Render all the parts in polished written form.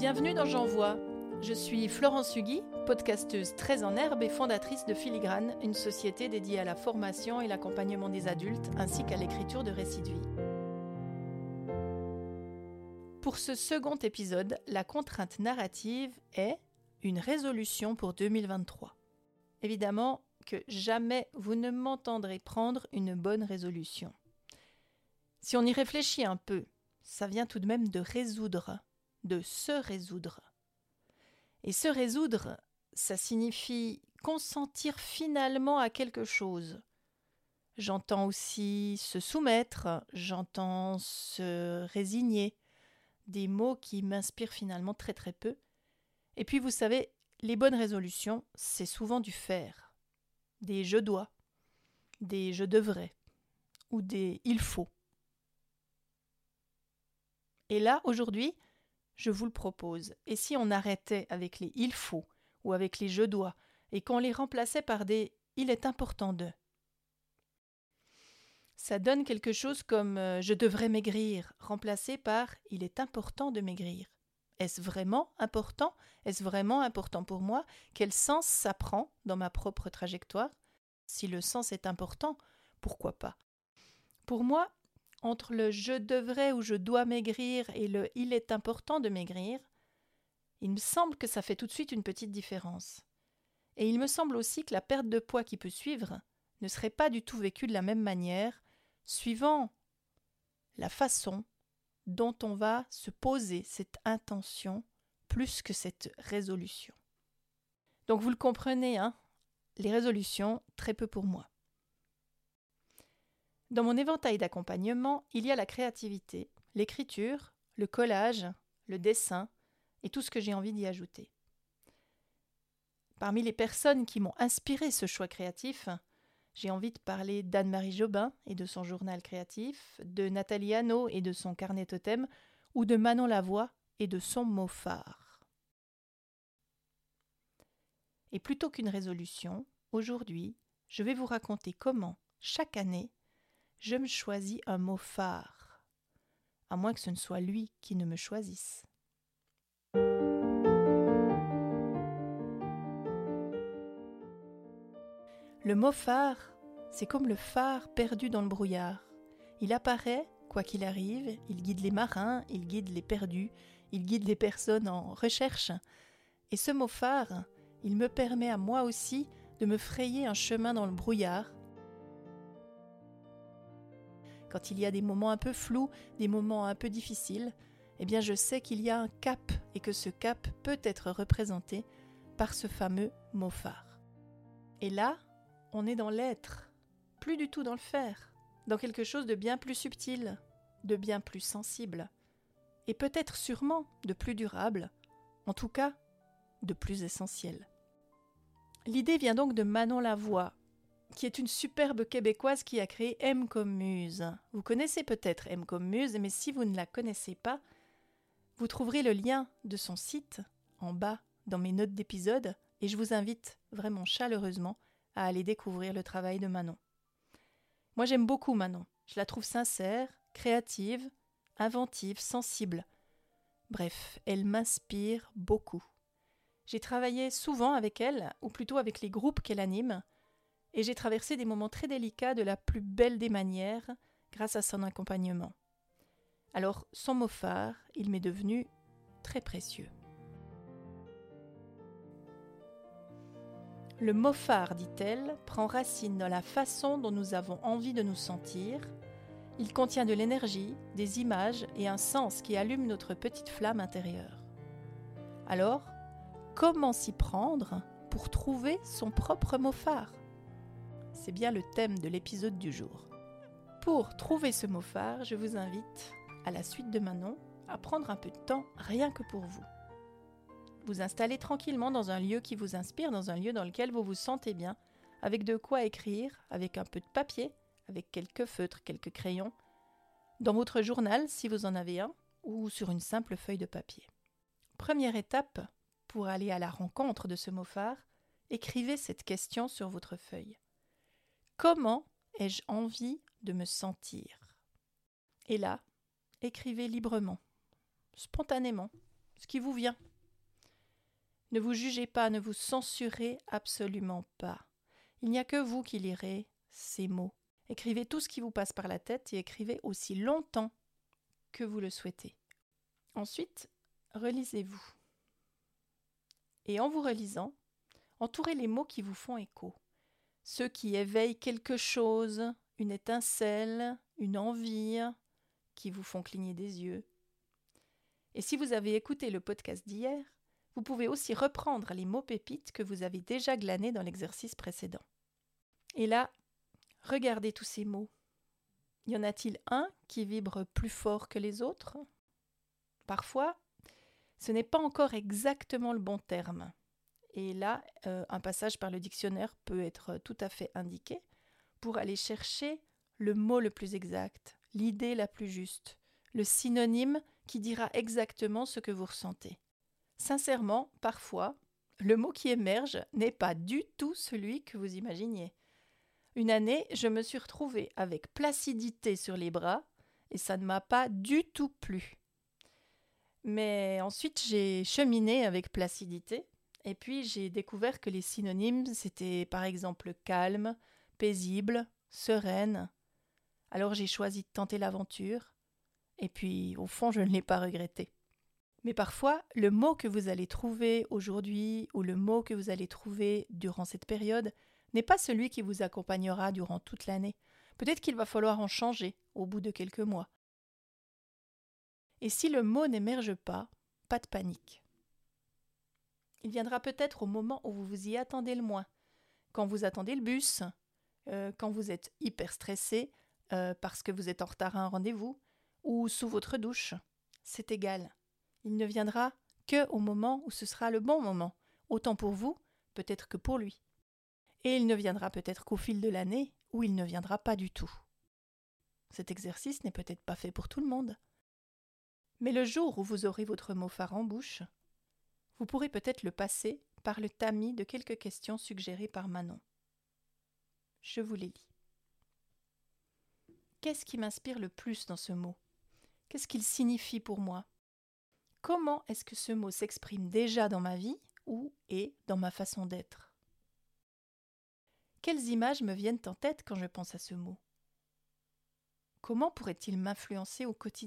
Bienvenue dans J'envoie. Je suis Florence Hugui, podcasteuse très en herbe et fondatrice de Filigrane, une société dédiée à la formation et l'accompagnement des adultes ainsi qu'à l'écriture de récits de vie. Pour ce second épisode, la contrainte narrative est une résolution pour 2023. Évidemment que jamais vous ne m'entendrez prendre une bonne résolution. Si on y réfléchit un peu, ça vient tout de même de résoudre, de se résoudre. Et se résoudre, ça signifie consentir finalement à quelque chose. J'entends aussi se soumettre, j'entends se résigner, des mots qui m'inspirent finalement très très peu. Et puis vous savez, les bonnes résolutions, c'est souvent du faire, des je dois, des je devrais, ou des il faut. Et là, aujourd'hui, je vous le propose. Et si on arrêtait avec les il faut ou avec les je dois et qu'on les remplaçait par des il est important de? Ça donne quelque chose comme je devrais maigrir, remplacé par il est important de maigrir. Est-ce vraiment important? Est-ce vraiment important pour moi? Quel sens ça prend dans ma propre trajectoire? Si le sens est important, pourquoi pas? Pour moi, entre le je devrais ou je dois maigrir et le il est important de maigrir, il me semble que ça fait tout de suite une petite différence. Et il me semble aussi que la perte de poids qui peut suivre ne serait pas du tout vécue de la même manière, suivant la façon dont on va se poser cette intention plus que cette résolution. Donc vous le comprenez, les résolutions, très peu pour moi. Dans mon éventail d'accompagnement, il y a la créativité, l'écriture, le collage, le dessin et tout ce que j'ai envie d'y ajouter. Parmi les personnes qui m'ont inspiré ce choix créatif, j'ai envie de parler d'Anne-Marie Jobin et de son journal créatif, de Nathalie Hanot et de son carnet totem, ou de Manon Lavoie et de son mot phare. Et plutôt qu'une résolution, aujourd'hui, je vais vous raconter comment, chaque année, je me choisis un mot phare, à moins que ce ne soit lui qui ne me choisisse. Le mot phare, c'est comme le phare perdu dans le brouillard. Il apparaît, quoi qu'il arrive, il guide les marins, il guide les perdus, il guide les personnes en recherche. Et ce mot phare, il me permet à moi aussi de me frayer un chemin dans le brouillard. Quand il y a des moments un peu flous, des moments un peu difficiles, eh bien je sais qu'il y a un cap et que ce cap peut être représenté par ce fameux mot phare. Et là, on est dans l'être, plus du tout dans le faire, dans quelque chose de bien plus subtil, de bien plus sensible, et peut-être sûrement de plus durable, en tout cas de plus essentiel. L'idée vient donc de Manon Lavoie, qui est une superbe québécoise qui a créé M comme Muse. Vous connaissez peut-être M comme Muse, mais si vous ne la connaissez pas, vous trouverez le lien de son site en bas dans mes notes d'épisode et je vous invite vraiment chaleureusement à aller découvrir le travail de Manon. Moi j'aime beaucoup Manon, je la trouve sincère, créative, inventive, sensible. Bref, elle m'inspire beaucoup. J'ai travaillé souvent avec elle, ou plutôt avec les groupes qu'elle anime, et j'ai traversé des moments très délicats de la plus belle des manières grâce à son accompagnement. Alors, son mot phare, il m'est devenu très précieux. Le mot phare, dit-elle, prend racine dans la façon dont nous avons envie de nous sentir. Il contient de l'énergie, des images et un sens qui allume notre petite flamme intérieure. Alors, comment s'y prendre pour trouver son propre mot phare ? C'est bien le thème de l'épisode du jour. Pour trouver ce mot phare, je vous invite, à la suite de Manon, à prendre un peu de temps rien que pour vous. Vous installer tranquillement dans un lieu qui vous inspire, dans un lieu dans lequel vous vous sentez bien, avec de quoi écrire, avec un peu de papier, avec quelques feutres, quelques crayons, dans votre journal si vous en avez un, ou sur une simple feuille de papier. Première étape, pour aller à la rencontre de ce mot phare, écrivez cette question sur votre feuille. Comment ai-je envie de me sentir ? Et là, écrivez librement, spontanément, ce qui vous vient. Ne vous jugez pas, ne vous censurez absolument pas. Il n'y a que vous qui lirez ces mots. Écrivez tout ce qui vous passe par la tête et écrivez aussi longtemps que vous le souhaitez. Ensuite, relisez-vous. Et en vous relisant, entourez les mots qui vous font écho. Ceux qui éveillent quelque chose, une étincelle, une envie, qui vous font cligner des yeux. Et si vous avez écouté le podcast d'hier, vous pouvez aussi reprendre les mots pépites que vous avez déjà glanés dans l'exercice précédent. Et là, regardez tous ces mots. Y en a-t-il un qui vibre plus fort que les autres ? Parfois, ce n'est pas encore exactement le bon terme. Et là, un passage par le dictionnaire peut être tout à fait indiqué pour aller chercher le mot le plus exact, l'idée la plus juste, le synonyme qui dira exactement ce que vous ressentez. Sincèrement, parfois, le mot qui émerge n'est pas du tout celui que vous imaginiez. Une année, je me suis retrouvée avec placidité sur les bras et ça ne m'a pas du tout plu. Mais ensuite, j'ai cheminé avec placidité et puis j'ai découvert que les synonymes, c'était par exemple calme, paisible, sereine. Alors j'ai choisi de tenter l'aventure et puis au fond, je ne l'ai pas regretté. Mais parfois, le mot que vous allez trouver aujourd'hui ou le mot que vous allez trouver durant cette période n'est pas celui qui vous accompagnera durant toute l'année. Peut-être qu'il va falloir en changer au bout de quelques mois. Et si le mot n'émerge pas de panique. Il viendra peut-être au moment où vous vous y attendez le moins. Quand vous attendez le bus, quand vous êtes hyper stressé parce que vous êtes en retard à un rendez-vous ou sous votre douche. C'est égal. Il ne viendra qu'au moment où ce sera le bon moment, autant pour vous, peut-être que pour lui. Et il ne viendra peut-être qu'au fil de l'année, où il ne viendra pas du tout. Cet exercice n'est peut-être pas fait pour tout le monde. Mais le jour où vous aurez votre mot phare en bouche, vous pourrez peut-être le passer par le tamis de quelques questions suggérées par Manon. Je vous les lis. Qu'est-ce qui m'inspire le plus dans ce mot ? Qu'est-ce qu'il signifie pour moi ? Comment est-ce que ce mot s'exprime déjà dans ma vie ou est dans ma façon d'être ? Quelles images me viennent en tête quand je pense à ce mot ? Comment pourrait-il m'influencer au quotidien ?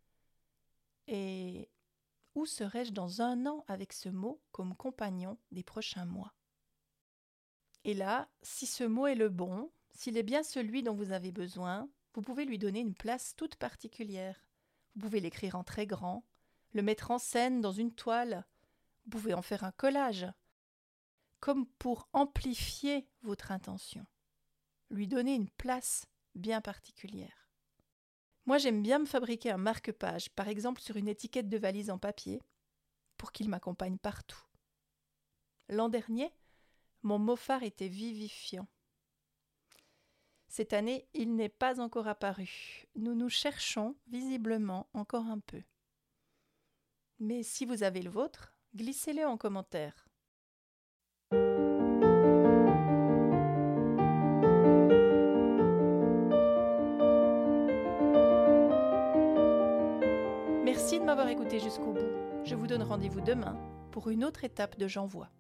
Et où serais-je dans 1 an avec ce mot comme compagnon des prochains mois ? Et là, si ce mot est le bon, s'il est bien celui dont vous avez besoin, vous pouvez lui donner une place toute particulière. Vous pouvez l'écrire en très grand, le mettre en scène dans une toile. Vous pouvez en faire un collage, comme pour amplifier votre intention. Lui donner une place bien particulière. Moi, j'aime bien me fabriquer un marque-page, par exemple sur une étiquette de valise en papier, pour qu'il m'accompagne partout. L'an dernier, mon mot phare était vivifiant. Cette année, il n'est pas encore apparu. Nous nous cherchons visiblement encore un peu. Mais si vous avez le vôtre, glissez-le en commentaire. Merci de m'avoir écouté jusqu'au bout. Je vous donne rendez-vous demain pour une autre étape de J'envoie.